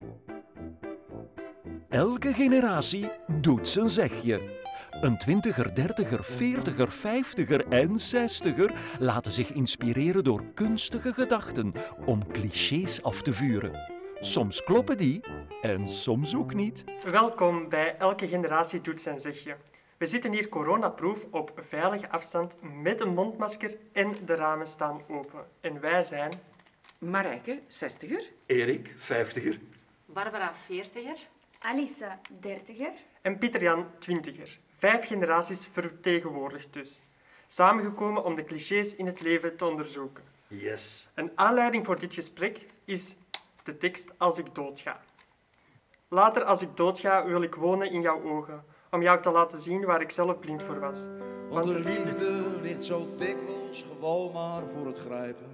Elke generatie doet zijn zegje. Een 20er, 30er, 40er, 50er en 60er laten zich inspireren door kunstige gedachten om clichés af te vuren. Soms kloppen die en soms ook niet. Welkom bij Elke generatie doet zijn zegje. We zitten hier coronaproof op veilige afstand met een mondmasker en de ramen staan open. En wij zijn... Marijke, 60er. Erik, 50er. Barbara, 40er. Alissa, 30er. En Pieter-Jan, 20er. 5 generaties vertegenwoordigd dus. Samengekomen om de clichés in het leven te onderzoeken. Yes. Een aanleiding voor dit gesprek is de tekst Als ik doodga. Later als ik doodga wil ik wonen in jouw ogen, om jou te laten zien waar ik zelf blind voor was. Want de liefde ligt zo dikwijls gewoon maar voor het grijpen.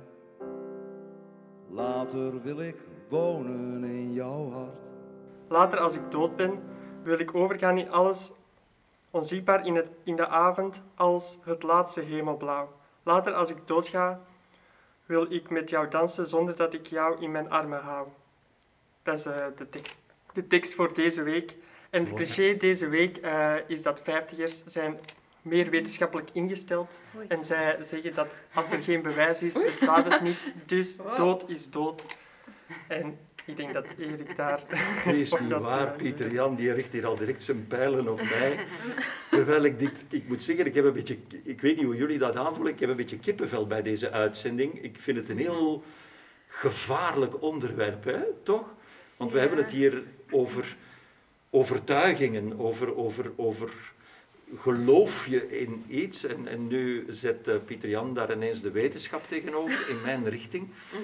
Later wil ik wonen in jouw hart. Later als ik dood ben, wil ik overgaan in alles onzichtbaar in de avond als het laatste hemelblauw. Later als ik doodga, wil ik met jou dansen zonder dat ik jou in mijn armen hou. Dat is de tekst voor deze week. En het cliché deze week is dat 50ers zijn meer wetenschappelijk ingesteld. En zij zeggen dat als er geen bewijs is, bestaat het niet. Dus dood is dood. En ik denk dat Erik daar... Het is niet waar, Pieter-Jan, die richt hier al direct zijn pijlen op mij. Terwijl ik moet zeggen, ik weet niet hoe jullie dat aanvoelen, ik heb een beetje kippenvel bij deze uitzending. Ik vind het een heel gevaarlijk onderwerp, hè? Toch? Want we hebben het hier over overtuigingen, over geloof je in iets. En nu zet Pieter-Jan daar ineens de wetenschap tegenover, in mijn richting.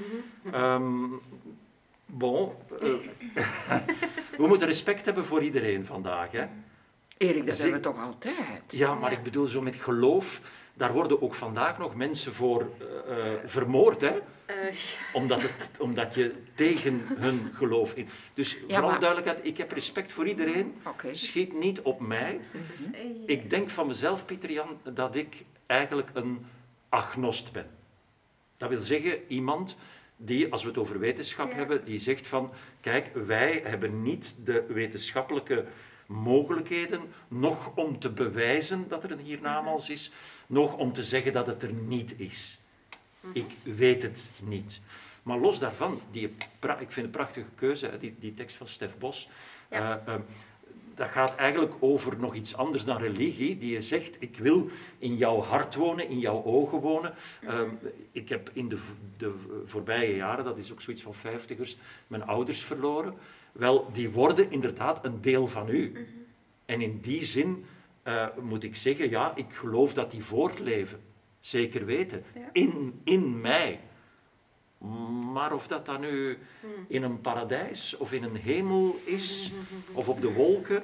We moeten respect hebben voor iedereen vandaag, hè? Erik, dat hebben we toch altijd? Ja, maar ik bedoel zo met geloof, daar worden ook vandaag nog mensen voor vermoord, hè? Omdat je tegen hun geloof in... Dus vooral duidelijkheid, ik heb respect voor iedereen. Okay. Schiet niet op mij. Ik denk van mezelf, Pieter-Jan, dat ik eigenlijk een agnost ben. Dat wil zeggen, iemand die, als we het over wetenschap hebben, die zegt van, kijk, wij hebben niet de wetenschappelijke mogelijkheden, nog om te bewijzen dat er een hiernamaals is, nog om te zeggen dat het er niet is. Ik weet het niet. Maar los daarvan, ik vind het een prachtige keuze, die tekst van Stef Bos. Dat gaat eigenlijk over nog iets anders dan religie. Die je zegt, ik wil in jouw hart wonen, in jouw ogen wonen. Ik heb in de voorbije jaren, dat is ook zoiets van 50ers, mijn ouders verloren. Wel, die worden inderdaad een deel van u. En in die zin moet ik zeggen, ja, ik geloof dat die voortleven. Zeker weten. In mij. Maar of dat dan nu in een paradijs of in een hemel is, of op de wolken...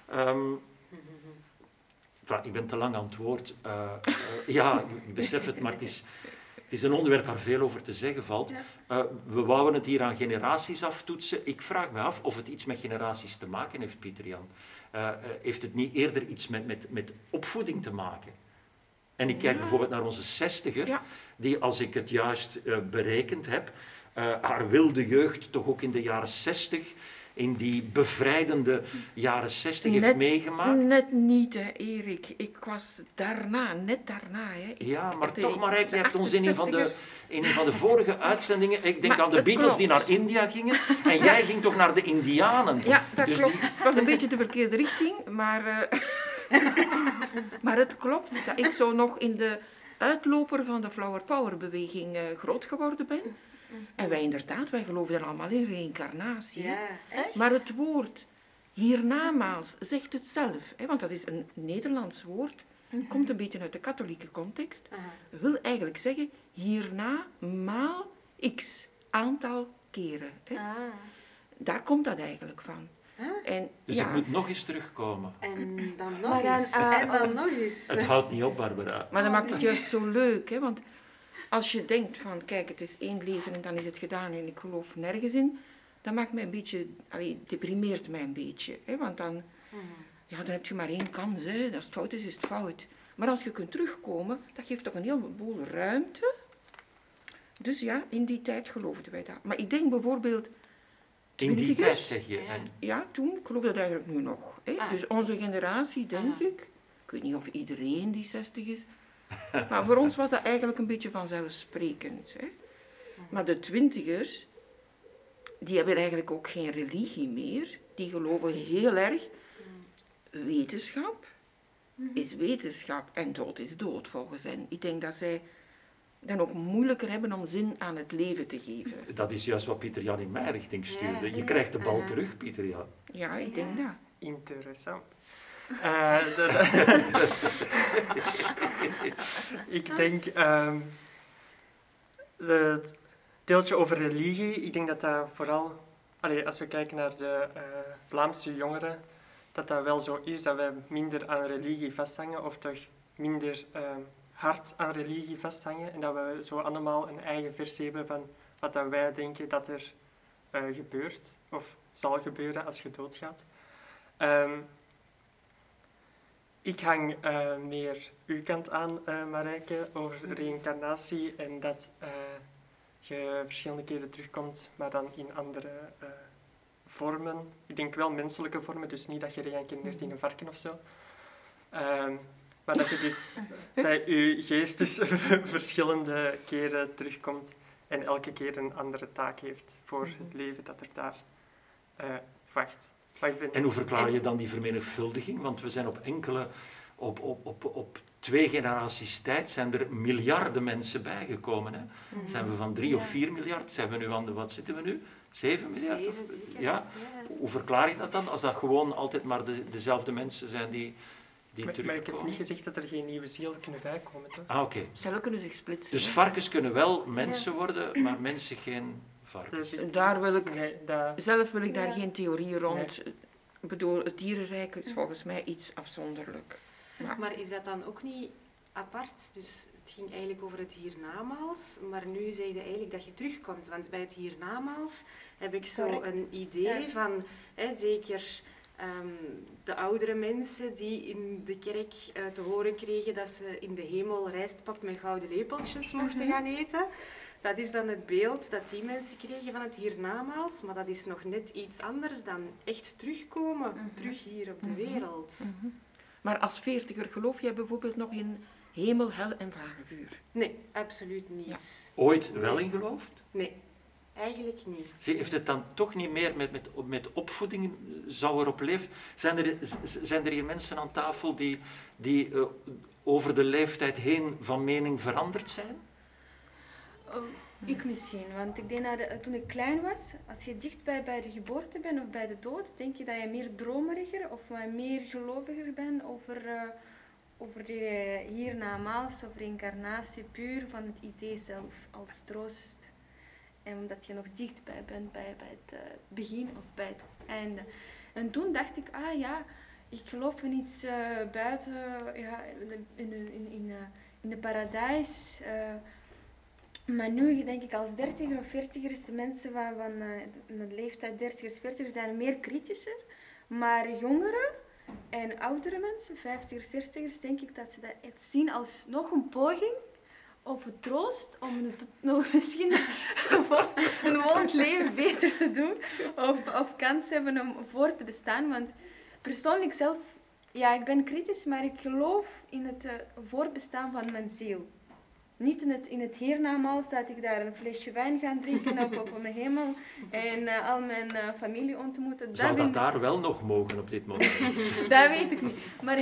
ik ben te lang aan het woord. Ja, ik besef het, maar het is een onderwerp waar veel over te zeggen valt. We wouden het hier aan generaties aftoetsen. Ik vraag me af of het iets met generaties te maken heeft, Pieter-Jan. Heeft het niet eerder iets met opvoeding te maken? En ik kijk bijvoorbeeld naar onze 60er, die, als ik het juist berekend heb, haar wilde jeugd toch ook in de jaren 60, in die bevrijdende jaren 60 heeft meegemaakt. Net niet, hè, Erik. Ik was net daarna. Hè. Ja, maar toch, Marijke, je hebt ons in een van de vorige uitzendingen, ik denk aan de Beatles die naar India gingen, en jij ging toch naar de Indianen. Ja, dat klopt. Het was een beetje de verkeerde richting, maar... Maar het klopt dat ik zo nog in de uitloper van de Flower Power beweging groot geworden ben. En wij geloofden allemaal in reïncarnatie. Ja, echt? Maar het woord hiernamaals zegt het zelf, hè, want dat is een Nederlands woord, komt een beetje uit de katholieke context, wil eigenlijk zeggen hierna maal x, aantal keren. Hè. Daar komt dat eigenlijk van. En, dus ik moet nog eens terugkomen. En dan nog eens. En dan nog eens. Het houdt niet op, Barbara. Maar dat maakt het juist zo leuk, hè? Want als je denkt van, kijk, het is 1 leven en dan is het gedaan en ik geloof nergens in, dat maakt mij een beetje, deprimeert mij een beetje. Hè? Want dan heb je maar 1 kans, hè? Als het fout is, is het fout. Maar als je kunt terugkomen, dat geeft toch een heleboel ruimte. Dus ja, in die tijd geloofden wij dat. Maar ik denk bijvoorbeeld In die tijd twintigers. zeg je. Ja. En, Ja, toen, ik geloof dat eigenlijk nu nog. Hè? Ah. Dus onze generatie, denk ik. Ik weet niet of iedereen die 60 is. Maar voor ons was dat eigenlijk een beetje vanzelfsprekend. Hè? Maar de twintigers, die hebben eigenlijk ook geen religie meer. Die geloven heel erg, wetenschap is wetenschap en dood is dood volgens hen. Ik denk dat zij dan ook moeilijker hebben om zin aan het leven te geven. dat is juist wat Pieter Jan in mijn richting stuurde. Ja. Je krijgt de bal terug, Pieter Jan. Ja, ik denk dat. Interessant. Ik denk, het deeltje over religie, ik denk dat dat vooral, als we kijken naar de Vlaamse jongeren, dat dat wel zo is, dat wij minder aan religie vasthangen, of toch minder hard aan religie vasthangen, en dat we zo allemaal een eigen versie hebben van wat dat wij denken dat er gebeurt, of zal gebeuren als je doodgaat. Ik hang meer uw kant aan, Marijke, over reïncarnatie en dat je verschillende keren terugkomt, maar dan in andere vormen. Ik denk wel menselijke vormen, dus niet dat je reïncarneert in een varken of zo. Maar dat je dus dat je geest dus verschillende keren terugkomt en elke keer een andere taak heeft voor het leven dat er daar wacht. En hoe verklaar je dan die vermenigvuldiging? Want we zijn op enkele, op 2 generaties tijd zijn er miljarden mensen bijgekomen. Hè? Zijn we van 3 of 4 miljard? Zijn we nu aan de, wat zitten we nu? 7 miljard? 7 zeker. Ja? Hoe verklaar je dat dan? Als dat gewoon altijd maar dezelfde mensen zijn die Maar ik heb terugkomen? niet gezegd dat er geen nieuwe zielen kunnen bijkomen, toch? Ah, oké. Cellen kunnen zich splitsen. Dus hè. varkens kunnen wel mensen worden, maar mensen geen varkens. Daar wil ik, Nee, dat... zelf wil ik daar Ja. geen theorie rond. Ik bedoel, het dierenrijk is volgens mij iets afzonderlijk. Maar is dat dan ook niet apart? Dus het ging eigenlijk over het hiernamaals, maar nu zeg je eigenlijk dat je terugkomt. Want bij het hiernamaals heb ik zo Correct. een idee Ja. van, zeker de oudere mensen die in de kerk te horen kregen dat ze in de hemel rijstpap met gouden lepeltjes mochten gaan eten. Dat is dan het beeld dat die mensen kregen van het hiernamaals, maar dat is nog net iets anders dan echt terugkomen, terug hier op de wereld. Maar als 40er geloof jij bijvoorbeeld nog in hemel, hel en vagevuur? Nee, absoluut niet. Ooit wel in geloofd? Nee, eigenlijk niet. Heeft het dan toch niet meer met opvoeding, zou erop leven? Zijn er hier mensen aan tafel die over de leeftijd heen van mening veranderd zijn? Ik misschien, want ik denk dat toen ik klein was, als je dichtbij bij de geboorte bent of bij de dood, denk je dat je meer dromeriger of meer geloviger bent over de hiernamaals of reïncarnatie puur van het idee zelf als troost. En omdat je nog dichtbij bent bij het begin of bij het einde. En toen dacht ik, ik geloof in iets buiten, in de paradijs. Maar nu denk ik als 30er of 40er, de mensen van de leeftijd 30ers, 40ers zijn meer kritischer. Maar jongeren en oudere mensen, 50ers, 60ers, denk ik dat ze dat het zien als nog een poging of een troost om het nog misschien een volgend leven beter te doen. Of kans hebben om voor te bestaan. Want persoonlijk zelf, ik ben kritisch, maar ik geloof in het voortbestaan van mijn ziel. Niet in het hiernamaals dat ik daar een flesje wijn ga drinken op mijn hemel en al mijn familie ontmoeten. Zou dat daar wel nog mogen op dit moment? Dat weet ik niet. Maar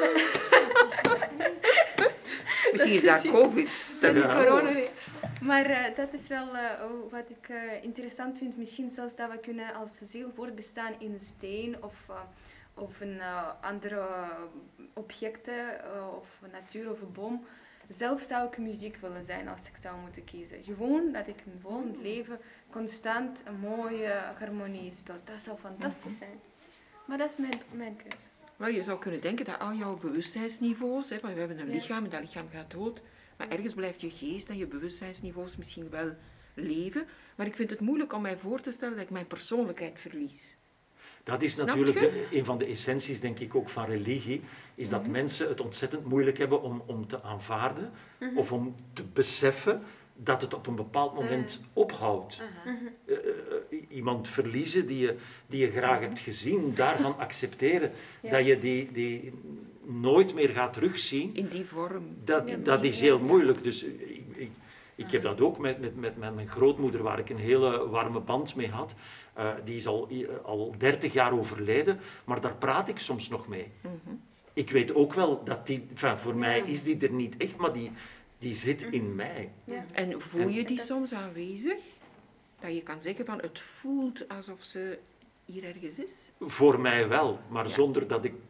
Misschien is daar COVID. dat is corona. Nee. Maar dat is wel wat ik interessant vind. Misschien zelfs dat we kunnen als ziel voortbestaan in een steen of een andere objecten of natuur of een boom. Zelf zou ik muziek willen zijn als ik zou moeten kiezen. Gewoon dat ik een volgend leven constant een mooie harmonie speel. Dat zou fantastisch zijn. Maar dat is mijn keuze. Wel, je zou kunnen denken dat al jouw bewustzijnsniveaus, want we hebben een lichaam en dat lichaam gaat dood, maar ergens blijft je geest en je bewustzijnsniveaus misschien wel leven. Maar ik vind het moeilijk om mij voor te stellen dat ik mijn persoonlijkheid verlies. Dat is Snap natuurlijk je? een van de essenties, denk ik, ook van religie, is dat mensen het ontzettend moeilijk hebben om te aanvaarden of om te beseffen dat het op een bepaald moment ophoudt. iemand verliezen die je graag hebt gezien, daarvan accepteren dat je die nooit meer gaat terugzien. In die vorm. Dat is heel moeilijk. Dus ik heb dat ook met mijn grootmoeder, waar ik een hele warme band mee had. Die is al 30 jaar overleden, maar daar praat ik soms nog mee. Ik weet ook wel dat voor mij is die er niet echt, maar die zit in mij. Ja. En voel je die soms aanwezig? Dat je kan zeggen van het voelt alsof ze hier ergens is? Voor mij wel, maar zonder dat ik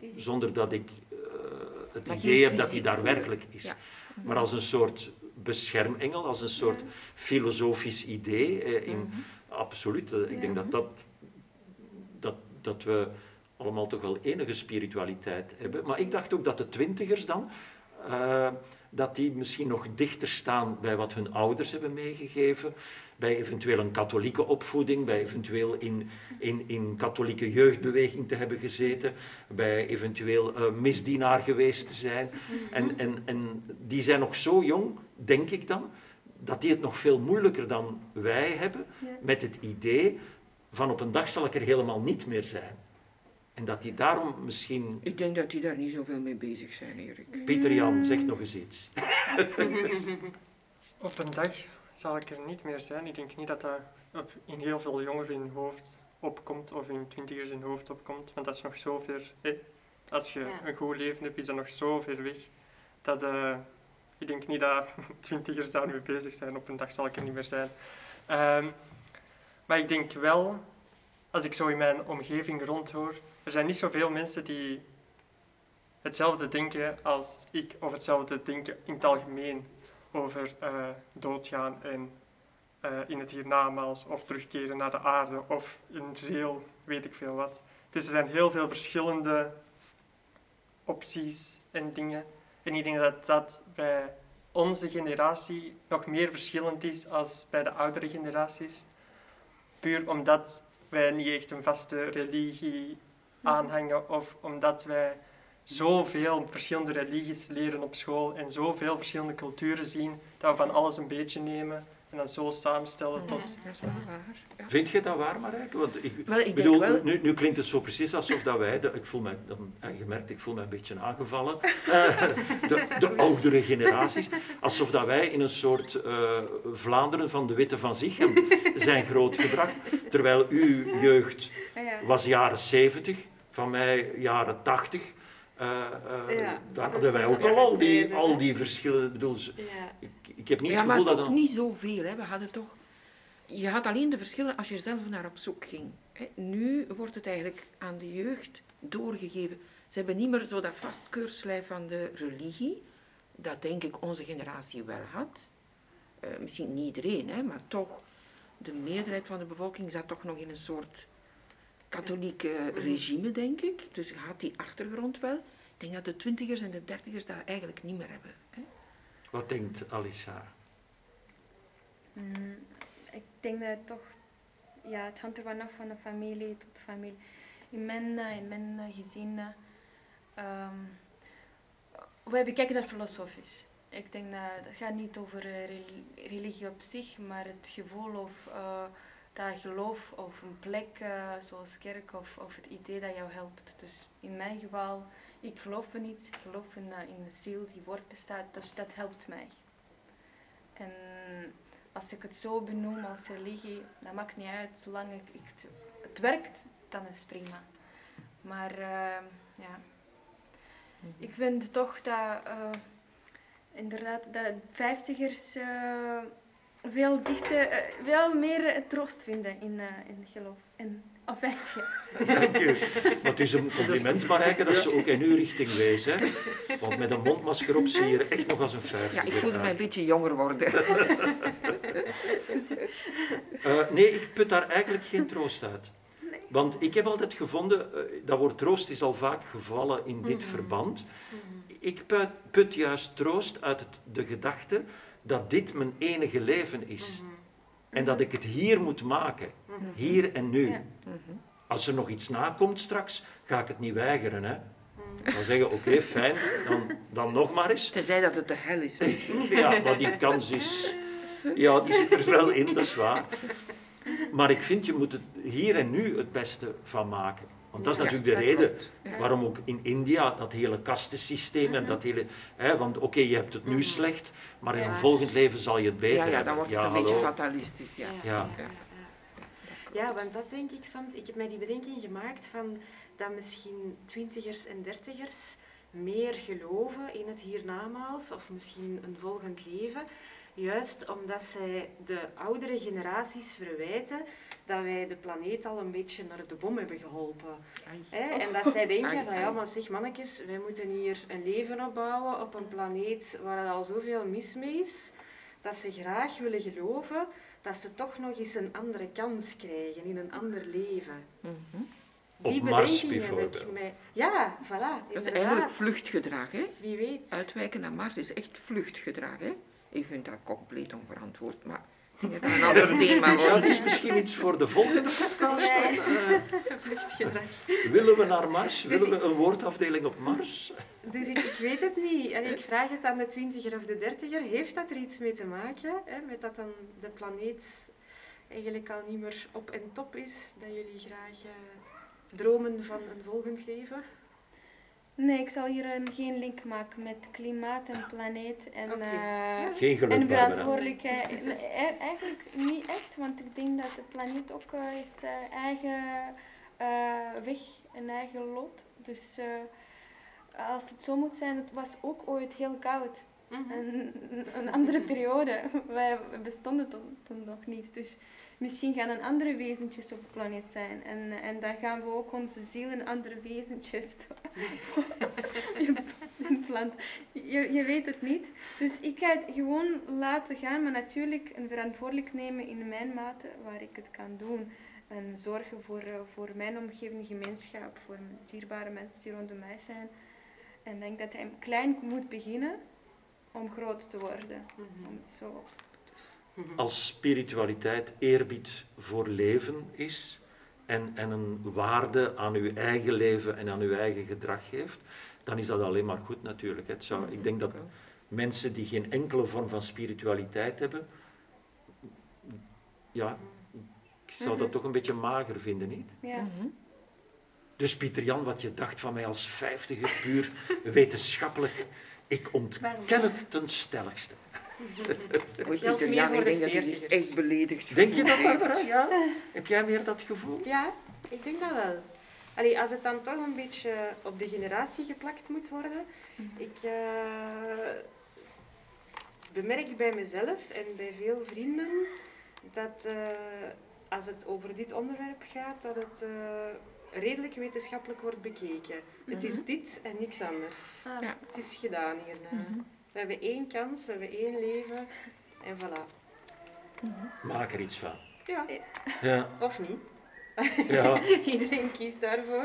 het idee heb dat die daar werkelijk is. Ja. Maar als een soort beschermengel, als een soort filosofisch idee. Absoluut. Ik denk dat we allemaal toch wel enige spiritualiteit hebben. Maar ik dacht ook dat de 20ers dan, dat die misschien nog dichter staan bij wat hun ouders hebben meegegeven, bij eventueel een katholieke opvoeding, bij eventueel in katholieke jeugdbeweging te hebben gezeten, bij eventueel misdienaar geweest te zijn. En die zijn nog zo jong, denk ik dan, dat die het nog veel moeilijker dan wij hebben, met het idee van op een dag zal ik er helemaal niet meer zijn. En dat die daarom misschien... Ik denk dat die daar niet zoveel mee bezig zijn, Erik. Pieter Jan, zeg nog eens iets. Op een dag zal ik er niet meer zijn. Ik denk niet dat dat in heel veel jongeren in hun hoofd opkomt, of in 20ers in hun hoofd opkomt, want dat is nog zo ver. Als je een goed leven hebt, is dat nog zo ver weg. Dat, ik denk niet dat 20ers daar mee bezig zijn. Op een dag zal ik er niet meer zijn. Maar ik denk wel, als ik zo in mijn omgeving rondhoor, er zijn niet zoveel mensen die hetzelfde denken als ik, of hetzelfde denken in het algemeen over doodgaan en in het hiernamaals, of terugkeren naar de aarde, of een ziel, weet ik veel wat. Dus er zijn heel veel verschillende opties en dingen. En ik denk dat dat bij onze generatie nog meer verschillend is als bij de oudere generaties. Puur omdat wij niet echt een vaste religie aanhangen, of omdat wij zoveel verschillende religies leren op school en zoveel verschillende culturen zien, dat we van alles een beetje nemen en dan zo samenstellen tot... Dat is wel waar. Ja. Vind je dat waar, Marijke? Want ik Wel, bedoel, denk wel... nu klinkt het zo precies alsof dat wij... Ik voel me, gemerkt, ik voel me een beetje aangevallen. De oudere generaties. Alsof dat wij in een soort Vlaanderen van de Witte van Zichem zijn grootgebracht. Terwijl uw jeugd was jaren 70, van mij jaren 80. Daar hadden wij ook al die verschillen. Ik bedoel, ik heb niet het gevoel maar dat... toch niet zoveel. Hè. We hadden toch... Je had alleen de verschillen als je er zelf naar op zoek ging. Hè. Nu wordt het eigenlijk aan de jeugd doorgegeven. Ze hebben niet meer zo dat vast keurslijf van de religie. Dat denk ik onze generatie wel had. Misschien niet iedereen, hè, maar toch... De meerderheid van de bevolking zat toch nog in een soort katholieke regime, denk ik. Dus je had die achtergrond wel. Ik denk dat de 20ers en de 30ers dat eigenlijk niet meer hebben. Hè. Wat denkt Alissa? Ik denk dat het toch... Ja, het hangt er vanaf van de familie tot familie. In mijn gezin... wij bekijken dat filosofisch. Ik denk dat het gaat niet over religie op zich, maar het gevoel of dat geloof of een plek zoals kerk of het idee dat jou helpt. Dus in mijn geval, ik geloof in iets, ik geloof in een ziel die woord bestaat, dus dat helpt mij. En als ik het zo benoem als religie, dat maakt niet uit, zolang het werkt, dan is het prima. Maar ja, ik vind toch dat... Inderdaad, dat 50ers veel meer troost vinden in geloof. Of 50. Dank u. Maar het is een compliment, Marijke, dat ze ook in uw richting wees. Hè? Want met een mondmasker op zie je er echt nog als een 50. Ja, ik voelde mij een beetje jonger worden. Nee, ik put daar eigenlijk geen troost uit. Nee. Want ik heb altijd gevonden, dat woord troost is al vaak gevallen in dit verband. Ik put juist troost uit de gedachte dat dit mijn enige leven is. En dat ik het hier moet maken. Hier en nu. Ja. Als er nog iets nakomt straks, ga ik het niet weigeren. Hè? Dan zeggen, oké, fijn, dan nog maar eens. Tenzij dat het de hel is misschien. Ja, maar die kans is... Ja, die zit er wel in, dat is waar. Maar ik vind, je moet het hier en nu het beste van maken. Want dat is natuurlijk de dat reden klopt. Ja. waarom ook in India dat hele kastensysteem en dat hele... want oké, je hebt het nu slecht, maar in een volgend leven zal je het beter Ja, hebben. dan wordt het een hallo. beetje fatalistisch. Ja. Ja. Ja, want dat denk ik soms. Ik heb mij die bedenking gemaakt van dat misschien 20ers en 30ers meer geloven in het hiernamaals of misschien een volgend leven. Juist omdat zij de oudere generaties verwijten dat wij de planeet al een beetje naar de bom hebben geholpen. En dat zij denken van ja, maar zeg mannetjes, wij moeten hier een leven opbouwen op een planeet waar er al zoveel mis mee is, dat ze graag willen geloven dat ze toch nog eens een andere kans krijgen in een ander leven. Op Mars bedenking heb ik bijvoorbeeld. mij... Ja, voilà. Dat is inderdaad. eigenlijk vluchtgedrag, hè? Wie weet. Uitwijken naar Mars is echt vluchtgedrag, hè? Ik vind dat compleet onverantwoord, maar ging het een ander thema Ja, dat worden. is misschien iets voor de volgende podcast. Vluchtgedrag. Willen we naar Mars? Dus Willen we een woordafdeling op Mars? Dus ik weet het niet. En ik vraag het aan de 20er of de 30er. Heeft dat er iets mee te maken? Hè? Met dat dan de planeet eigenlijk al niet meer op en top is? Dat jullie graag dromen van een volgend leven? Nee, ik zal hier geen link maken met klimaat en planeet en, Oké. Geen geluk, en Barbara. verantwoordelijkheid. Nee, eigenlijk niet echt, want ik denk dat de planeet ook heeft zijn eigen weg en eigen lot. Dus als het zo moet zijn, het was ook ooit heel koud. Een andere periode. Wij bestonden toen nog niet. Dus misschien gaan er andere wezentjes op de planeet zijn. En dan gaan we ook onze ziel in andere wezentjes implanten. Je weet het niet. Dus ik ga het gewoon laten gaan, maar natuurlijk een verantwoordelijk nemen in mijn mate waar ik het kan doen. En zorgen voor mijn omgeving, gemeenschap, voor dierbare mensen die rondom mij zijn. En ik denk dat hij klein moet beginnen om groot te worden. Om het zo. Dus. Als spiritualiteit eerbied voor leven is en een waarde aan uw eigen leven en aan uw eigen gedrag geeft, dan is dat alleen maar goed natuurlijk. Ik denk dat mensen die geen enkele vorm van spiritualiteit hebben, ja, ik zou dat toch een beetje mager vinden, niet? Ja. Dus Pieter-Jan, wat je dacht van mij als 50er, puur wetenschappelijk, ik ontken het ten stelligste. Oei, geldt Pieter meer Jan, voor ik de denk dat hij zich 40ers. echt beledigd Denk je dat, gevoeld heeft. Barbara? Ja? Heb jij meer dat gevoel? Ja, ik denk dat wel. Allee, als het dan toch een beetje op de generatie geplakt moet worden. Ik bemerk bij mezelf en bij veel vrienden dat als het over dit onderwerp gaat, dat het redelijk wetenschappelijk wordt bekeken. Het is dit en niks anders. Ja. Het is gedaan hierna. We hebben één kans, we hebben één leven en voilà. Maak er iets van. Ja, Ja, of niet. ja. Iedereen kiest daarvoor.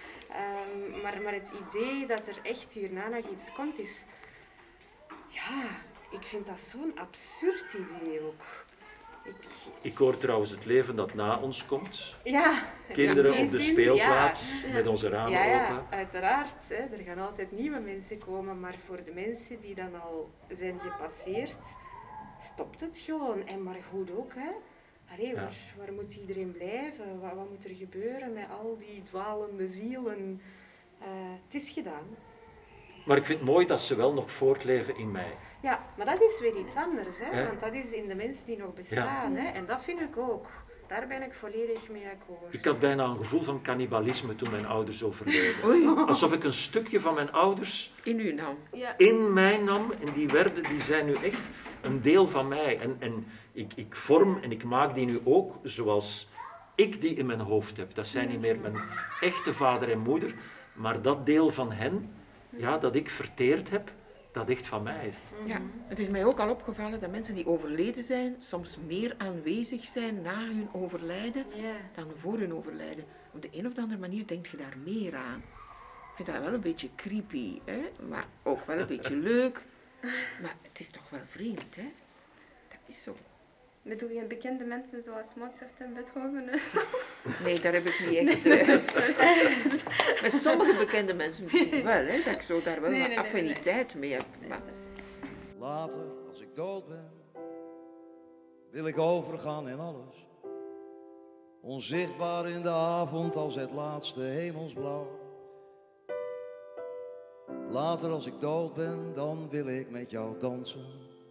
Maar het idee dat er echt hierna nog iets komt is... Ja, ik vind dat zo'n absurd idee ook. Ik hoor trouwens het leven dat na ons komt. Ja, Kinderen in die op de zin, speelplaats met onze ramen ja, open. uiteraard. Hè. Er gaan altijd nieuwe mensen komen, maar voor de mensen die dan al zijn gepasseerd, stopt het gewoon. En maar goed ook, hè. Allee, waar moet iedereen blijven? Wat moet er gebeuren met al die dwalende zielen? Het is gedaan. Maar ik vind het mooi dat ze wel nog voortleven in mij. Ja, maar dat is weer iets anders, hè? Ja. Want dat is in de mensen die nog bestaan. Hè? En dat vind ik ook. Daar ben ik volledig mee akkoord. Ik had bijna een gevoel van cannibalisme toen mijn ouders overleden. Alsof ik een stukje van mijn ouders In u nam. Ja. in mij nam en die zijn nu echt een deel van mij. En ik vorm en ik maak die nu ook zoals ik die in mijn hoofd heb. Dat zijn niet meer mijn echte vader en moeder, maar dat deel van hen, ja, dat ik verteerd heb, dat echt van mij is. Ja, het is mij ook al opgevallen dat mensen die overleden zijn soms meer aanwezig zijn na hun overlijden Ja. dan voor hun overlijden. Op de een of andere manier denk je daar meer aan. Ik vind dat wel een beetje creepy, hè? Maar ook wel een beetje leuk. Maar het is toch wel vreemd, hè? Dat is zo. Bedoel je bekende mensen zoals Mozart en Beethoven? Nee, daar heb ik niet echt... Met sommige bekende mensen misschien wel, hè? Dat ik zo daar wel Nee. wat affiniteit mee heb. Maar Later, als ik dood ben, wil ik overgaan in alles. onzichtbaar in de avond als het laatste hemelsblauw. Later als ik dood ben, dan wil ik met jou dansen.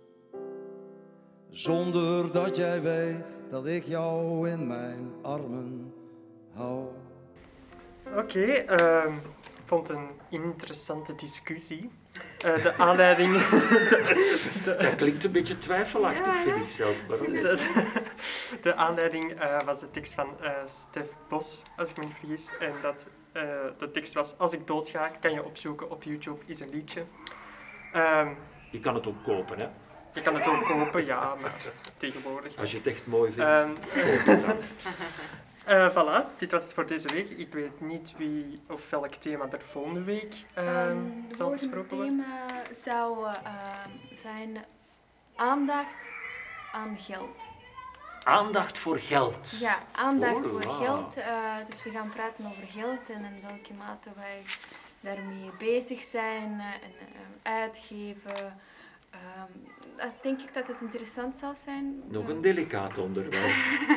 Zonder dat jij weet dat ik jou in mijn armen hou. Oké, ik vond het een interessante discussie. De aanleiding... Dat klinkt een beetje twijfelachtig, vind ik zelf. Waarom? De aanleiding was de tekst van Stef Bos, als ik me niet vergis. En de tekst was: Als ik doodga, kan je opzoeken op YouTube, is een liedje. Je kan het ook kopen, hè? Je kan het ook kopen, ja, maar tegenwoordig. Als je het echt mooi vindt, koop het dan. Voilà, dit was het voor deze week. Ik weet niet wie of welk thema er volgende week zal besproken worden. Het thema zou zijn aandacht aan geld. Aandacht voor geld. Ja, aandacht voor Hola. geld. Dus we gaan praten over geld en in welke mate wij daarmee bezig zijn en uitgeven. Denk ik dat het interessant zal zijn. Nog een delicaat onderwerp.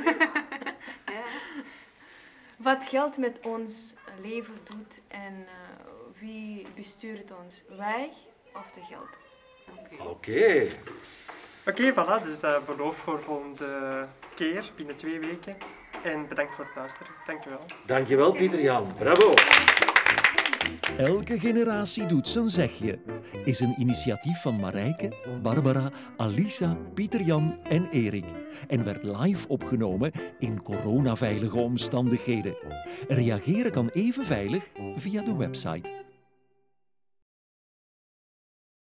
Wat geld met ons leven doet en wie bestuurt ons, wij of de geld? Oké. Oké, voilà, dus beloof voor volgende keer, binnen 2 weken. En bedankt voor het luisteren. Dankjewel. Dankjewel, Pieter-Jan. Bravo. Elke generatie doet zijn zegje is een initiatief van Marijke, Barbara, Alisa, Pieter-Jan en Erik en werd live opgenomen in coronaveilige omstandigheden. Reageren kan even veilig via de website.